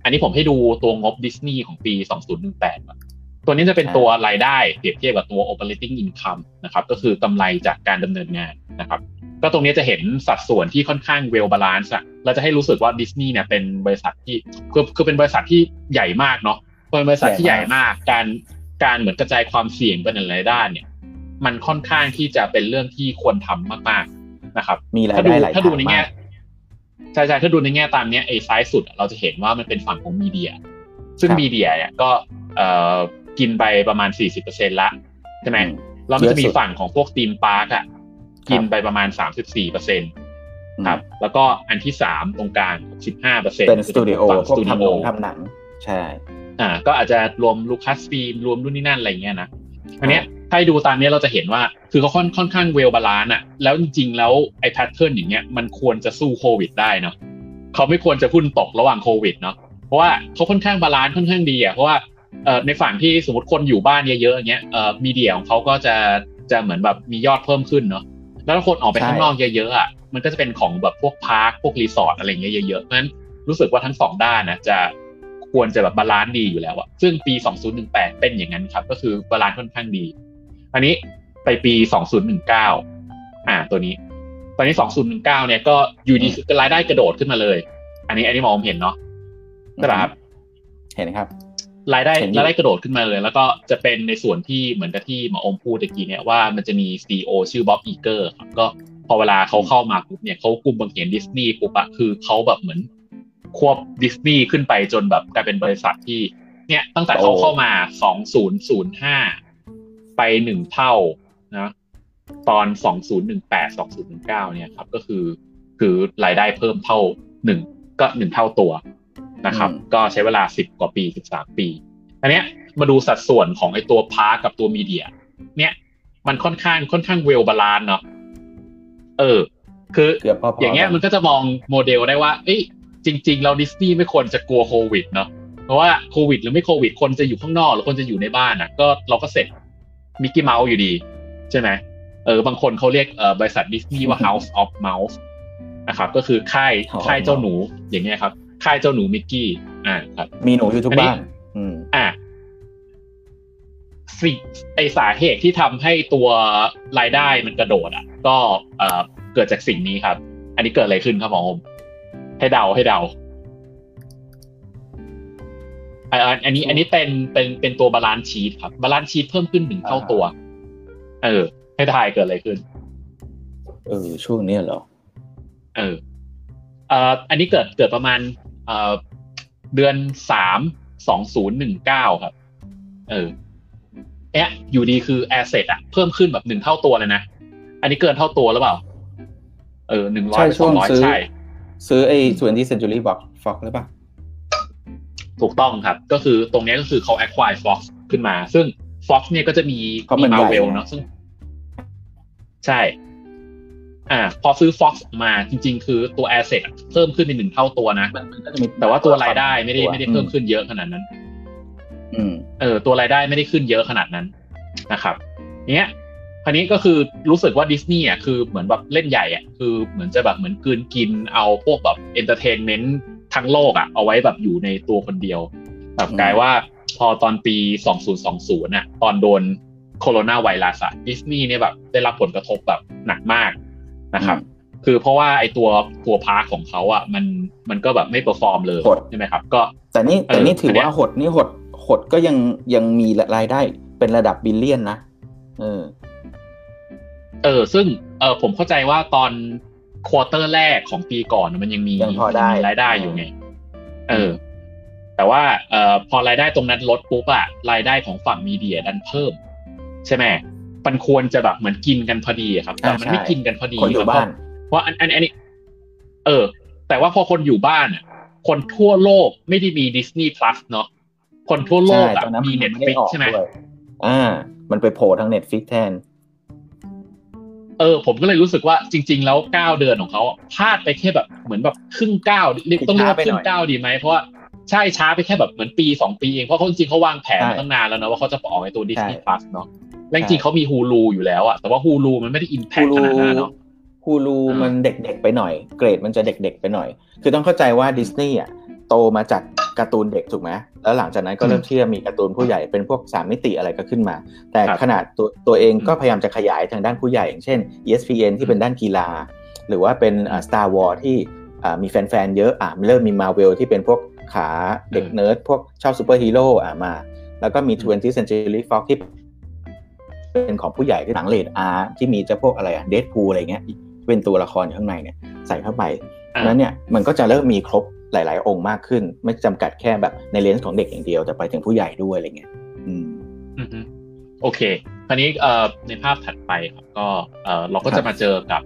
นนี้ผมให้ดูตัวงบดิสนีย์ของปี2018ตัวนี้จะเป็นตัวรายได้เปรียบเทียบกับตัว operating income นะครับก็คือกำไรจากการดำเนินงานนะครับก็ตรงนี้จะเห็นสัดส่วนที่ค่อนข้าง well balance อ่ะเราจะให้รู้สึกว่าดิสนีย์เนี่ยเป็นบริษัทที่คือเป็นบริษัทที่ใหญ่มากเนาะเป็นบริษัทที่ใหญ่มากการเหมือนกระจายความเสี่ยงไปในหลายด้านเนี่ยมันค่อนข้างที่จะเป็นเรื่องที่ควรทำมากๆนะครับมีรายได้หลายถ้าดูในแง่ใช่ๆถ้าดูในแง่ตามเนี้ยไอ้ซ้ายสุดเราจะเห็นว่ามันเป็นฝั่งของมีเดียซึ่งมีเดียเนี่ยก็กินไปประมาณ 40% ละใช่ไหมแล้วมันจะมีฝั่งของพวกธีมพาร์คอ่ะกินไปประมาณ 34% ครับแล้วก็อันที่3ตรงกลาง 15% เป็นสตูดิโอพวกทำหนังใช่ก็อาจจะรวมลูคัสฟิล์มรวมนู่นนี่นั่นอะไรเงี้ยนะอันเนี้ยถ้าดูตามนี้เราจะเห็นว่าคือเขาค่อนข้างเวลบาลานซ์อ่ะแล้วจริงๆแล้วไอ้แพทเทิร์นอย่างเงี้ยมันควรจะสู้โควิดได้เนาะเขาไม่ควรจะหุ้นตกระหว่างโควิดเนาะเพราะว่าเขาค่อนข้างบาลานซ์ค่อนข้างดีอ่ะเพราะว่าในฝั่งที่สมมติคนอยู่บ้านเยอะๆอย่างเงี้ยมีเดียของเขาก็จะเหมือนแบบมียอดเพิ่มขึ้นเนาะแล้วถ้าคนออกไปข้างนอกเยอะๆอ่ะมันก็จะเป็นของแบบพวกพาร์คพวกรีสอร์ทอะไรเงี้ยเยอะๆเพราะฉะนั้นรู้สึกว่าทั้ง2ด้านนะจะควรจะแบบบาลานซ์ดีอยู่แล้วอ่ะซึ่งปี2018เป็นอย่างนั้นครับก็คือบาลานซ์ค่อนข้างดีอันนี้ไปปี2019ตัวนี้ตอนนี้2019เนี่ยก็อยู่ดีรายได้กระโดดขึ้นมาเลยอันนี้มองเห็นเนาะใช่ป่ะครับเห็นครับรายได้กระโดดขึ้นมาเลยแล้วก็จะเป็นในส่วนที่เหมือนกับที่หมออมพูดตะกี้เนี่ยว่ามันจะมี CEO ชื่อบ๊อบอีเกอร์ครับก็พอเวลาเขาเข้ามาปุ๊บเนี่ยเขากุมบังเหียนดิสนีย์ปุ๊บอะคือเขาแบบเหมือนควบดิสนีย์ขึ้นไปจนแบบกลายเป็นบริษัทที่เนี่ยตั้งแต่เขาเข้ามา2005ไป1เท่านะตอน2018 2019เนี่ยครับก็คือรายได้เพิ่มเท่า1ก็1เท่าตัวนะครับก็ใช้เวลา10กว่าปี13ปีอันเนี้ยมาดูสัดส่วนของไอ้ตัวพาร์คกับตัวมีเดียเนี่ยมันค่อนข้างเวลบาลานซ์เนาะคืออย่างเงี้ยมันก็จะมองโมเดลได้ว่าเอ้ยจริงๆเราดิสนีย์ไม่ควรจะกลัวโควิดเนาะเพราะว่าโควิดหรือไม่โควิดคนจะอยู่ข้างนอกหรือคนจะอยู่ในบ้านอ่ะก็เราก็เสร็จมิกกี้เมาส์อยู่ดีใช่ไหมบางคนเขาเรียกบริษัทดิสนีย์ว่า House of Mouse นะครับก็คือค่ายเจ้าหนูอย่างเงี้ยครับค่ายเจ้าหนูมิกกี้ครับมีหนูอยู่ทุกบ้านไอสาเหตุที่ทำให้ตัวรายได้มันกระโดดอ่ะก็เกิดจากสิ่งนี้ครับอันนี้เกิดอะไรขึ้นครับหมออมให้เดาอันนี้เป็นตัวบาลานซ์ชีทครับบาลานซ์ชีทเพิ่มขึ้น1เท่าตัวให้ทายเกิดอะไรขึ้นช่วงนี้เหรออันนี้เกิดประมาณเดือน3 2019ครับอยู่ดีคือ asset อ่ะเพิ่มขึ้นแบบ1เท่าตัวเลยนะอันนี้เกินเท่าตัวหรือเปล่า100 200ใช่ซื้อไอ้ส่วนที่ Century Fox หรือเปล่าถูกต้องครับก็คือตรงนี้ก็คือเขา acquire Fox ขึ้นมาซึ่ง Fox เนี่ยก็จะมี Marvel เนาะซึ่งใช่พอซื้อ Fox มาจริงๆคือตัว asset เพิ่มขึ้นเป็น1เท่าตัวนะแต่ว่าตัวรายได้ไม่ได้เพิ่มขึ้นเยอะขนาดนั้นตัวรายได้ไม่ได้ขึ้นเยอะขนาดนั้นนะครับเนี้ยคราวนี้ก็คือรู้สึกว่าดิสนีย์อ่ะคือเหมือนแบบเล่นใหญ่อ่ะคือเหมือนจะแบบเหมือนกลืนกินเอาพวกแบบเอนเตอร์เทนเมนต์ทั้งโลกอ่ะเอาไว้แบบอยู่ในตัวคนเดียวแบบกลายว่าพอตอนปี2020น่ะตอนโดนโคโรนาไวรัสอ่ะดิสนีย์เนี่ยแบบได้รับผลกระทบแบบหนักมากนะครับคือเพราะว่าไอตัวพาร์คของเขาอ่ะมันก็แบบไม่เปอร์ฟอร์มเลยใช่ไหมครับก็แต่นี่ถือว่าหดก็ยังมีรายได้เป็นระดับบิลเลียนนะซึ่งผมเข้าใจว่าตอนควอเตอร์แรกของปีก่อนมันยังมีรายได้อยู่ไงแต่ว่าพอรายได้ตรงนั้นลดปุ๊บอะรายได้ของฝั่งมีเดียดันเพิ่มใช่ไหมมันควรจะแบบเหมือนกินกันพอดีครับแต่มันไม่กินกันพอดีครับเพราะอันนี้แต่ว่าพอคนอยู่บ้านอะคนทั่วโลกไม่ได้มี Disney Plus เนาะคนทั่วโลกอะมี Netflix ใช่ไหมมันไปโผล่ทาง Netflix แทนผมก็เลยรู้สึกว่าจริงๆแล้ว9เดือนของเขาพลาดไปแค่แบบเหมืมือนแบบครึ่งก้าวต้องเรียกว่าครึ่งก้าวดีไหมเพราะว่าใช่ช้าไปแค่แบบเหมือนปี2ปีเองเพราะเขาจริงๆเขาวางแผนมาตั้งนานแล้วนะว่าเขาจะออกไอ้ตัว Disney Plus เนาะและจริงๆเขามี Hulu อยู่แล้วอะแต่ว่า Hulu มันไม่ได้ impact ขนาดนั้นเนาะ Hulu มันเด็กๆไปหน่อยเกรดมันจะเด็กๆไปหน่อยคือต้องเข้าใจว่า Disney อ่ะโตมาจากการ์ตูนเด็กถูกไหมแล้วหลังจากนั้นก็เริ่มที่จะมีการ์ตูนผู้ใหญ่เป็นพวก3มิติอะไรก็ขึ้นมาแต่ขนาดตัวเองก็พยายามจะขยายทางด้านผู้ใหญ่อย่างเช่น ESPN ที่เป็นด้านกีฬาหรือว่าเป็นStar Wars ที่มีแฟนๆเยอะเริ่มมี Marvel ที่เป็นพวกขาเด็กเนิร์ดพวกชอบซูเปอร์ฮีโร่มาแล้วก็มี 20th Century Fox ที่เป็นของผู้ใหญ่ที่หนังเรท R ที่มีจะพวกอะไรDeadpool อะไรเงี้ยเป็นตัวละครอยู่ข้างในเนี่ยใส่เข้าไปแล้วเนี่ยมันก็จะเริ่มมีครบหลายๆองค์มากขึ้นไม่จำกัดแค่แบบในเลนส์ของเด็กอย่างเดียวแต่ไปถึงผู้ใหญ่ด้วยอะไรเงี้ยโอเคคราวนี้ในภาพถัดไปครับก็เราก็จะมาเจอกับ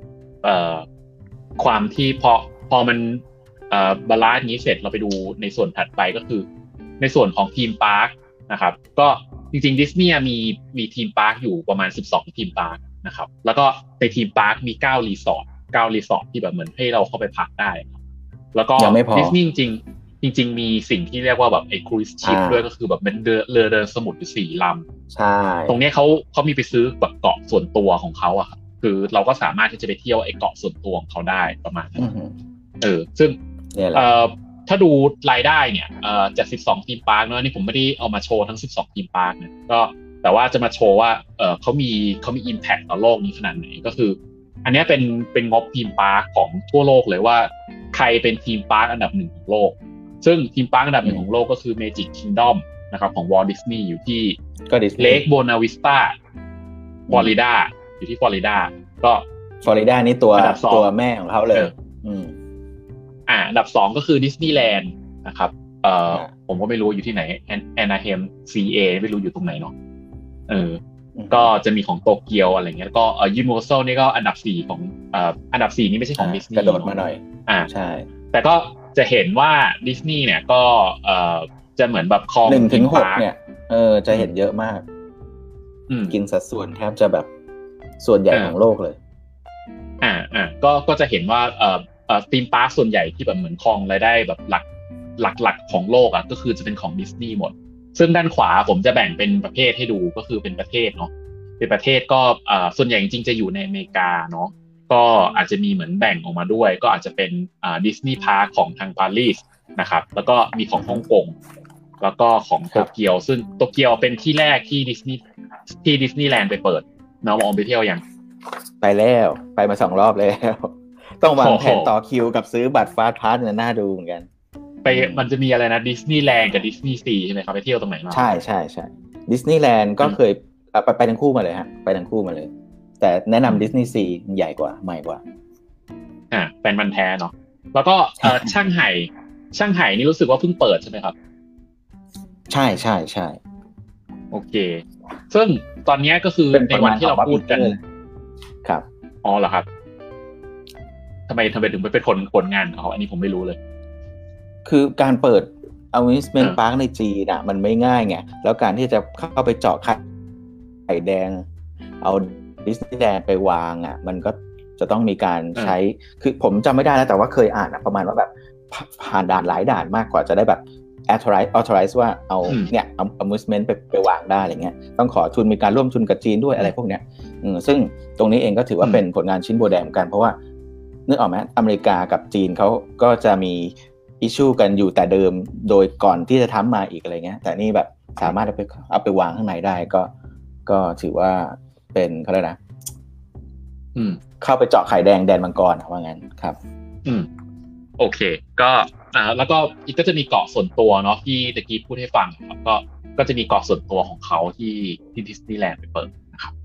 ความที่พอมันบาลานซ์นี้เสร็จเราไปดูในส่วนถัดไปก็คือในส่วนของทีมพาร์คนะครับก็จริงๆดิสนีย์มีทีมพาร์คอยู่ประมาณ12ทีมพาร์คนะครับแล้วก็ในทีมพาร์คมี9รีสอร์ทที่แบบเหมือนให้เราเข้าไปพักได้แล้วก็ดิสนีย์จริงมีสิ่งที่เรียกว่าแบบไอ้ครูซชิพด้วยก็คือแบบเป็นเรือเดินสมุทรอยู่4ลำใช่ตรงนี้เขามีไปซื้อแบบเกาะส่วนตัวของเขาอะครับคือเราก็สามารถที่จะไปเที่ยวไอ้เกาะส่วนตัวของเขาได้ประมาณนั้นซึ่งถ้าดูรายได้เนี่ยจาก12ทีมพาร์คเนาะนี่ผมไม่ได้เอามาโชว์ทั้ง12ทีมพาร์คนะก็แต่ว่าจะมาโชว์ว่าเขามี impact ต่อโลกนี้ขนาดไหนก็คืออันนี้เป็นงบทีมพาร์คของทั่วโลกเลยว่าใครเป็นทีมพาร์คอันดับ1ของโลกซึ่งทีมพาร์คอันดับ1ของโลกก็คือ Magic Kingdom นะครับของ Walt Disney อยู่ที่ Lake Buena Vista ฟลอริดาอยู่ที่ฟลอริดาก็ฟลอริดานี่ตัวแม่ของเขาเลยอันดับ2ก็คือดิสนีย์แลนด์นะครับผมก็ไม่รู้อยู่ที่ไหนแอนาเฮม CA ไม่รู้อยู่ตรงไหนเนาะก็จะมีของโตเกียวอะไรเงี้ยก็ยูนิเวอร์แซลนี่ก็อันดับ4ของอันดับ4นี่ไม่ใช่ของดิสนีย์กระโดดมาหน่อยใช่แต่ก็จะเห็นว่าดิสนีย์เนี่ยก็จะเหมือนแบบครอง 1 ถึง 6เนี่ยจะเห็นเยอะมากกินสัดส่วนแทบจะแบบส่วนใหญ่ของโลกเลยก็จะเห็นว่าธีมพาร์คส่วนใหญ่ที่แบบเหมือนครองรายได้แบบหลักของโลกก็คือจะเป็นของดิสนีย์หมดซึ่งด้านขวาผมจะแบ่งเป็นประเภทให้ดูก็คือเป็นประเทศเนาะเป็นประเทศก็ส่วนใหญ่จริงๆจะอยู่ในอเมริกาเนาะก็อาจจะมีเหมือนแบ่งออกมาด้วยก็อาจจะเป็นดิสนีย์พาร์คของทางปารีสนะครับแล้วก็มีของฮ่องกงแล้วก็ของโตเกียวซึ่งโตเกียวเป็นที่แรกที่ดิสนีย์แลนด์ไปเปิดน้องมองไปเที่ยวยังไปแล้วไปมา2 รอบแล้วต้องวางแผนต่อคิวกับซื้อบัตรฟาสต์พาสเนี่ยน่าดูเหมือนกันไปมันจะมีอะไรนะดิสนีย์แลนด์กับดิสนีย์ซีใช่ไหมครับไปเที่ยวตรงไหนมาใช่ดิสนีย์แลนด์ก็เคยไปทั้งคู่มาเลยฮะไปทั้งคู่มาเลยแต่แนะนำดิสนีย์ซีใหญ่กว่าใหม่กว่าเป็นมันแท้เนาะแล้วก็ช่างไห่นี่รู้สึกว่าเพิ่งเปิดใช่ไหมครับใช่โอเคซึ่งตอนนี้ก็คือในวันที่เราพูดกันครับอ๋อเหรอครับทำไมถึงไม่เป็นผลงานเขาอันนี้ผมไม่รู้เลยคือการเปิด amusement park ในจีนมันไม่ง่ายไงแล้วการที่จะเข้าไปเจาะไข่แดงเอาดิสนีย์แลนด์ไปวางมันก็จะต้องมีการใช้คือผมจำไม่ได้แล้วแต่ว่าเคยอ่านประมาณว่าแบบผ่านด่านหลายด่านมากกว่าจะได้แบบ authorize ว่าเอาเนี่ย amusement ไปวางได้อะไรเงี้ยต้องขอทุนมีการร่วมทุนกับจีนด้วยอะไรพวกเนี้ยซึ่งตรงนี้เองก็ถือว่าเป็นผลงานชิ้นโบแดงกันเพราะว่านึกออกไหมอเมริกากับจีนเขาก็จะมีอิชชูกันอยู่แต่เดิมโดยก่อนที่จะทำมาอีกอะไรเงี้ยแต่นี่แบบสามารถเอาไปวางข้างในได้ก็ถือว่าเป็นเขาเรียกนะเข้าไปเจาะไข่แดงแดนมังกรว่างั้นครับโอเคก็แล้วก็อีกก็จะมีเกาะส่วนตัวเนาะที่ตะกี้พูดให้ฟังครับก็จะมีเกาะส่วนตัวของเขาที่ดิสนีย์แลนด์ไปเปิดนะครับ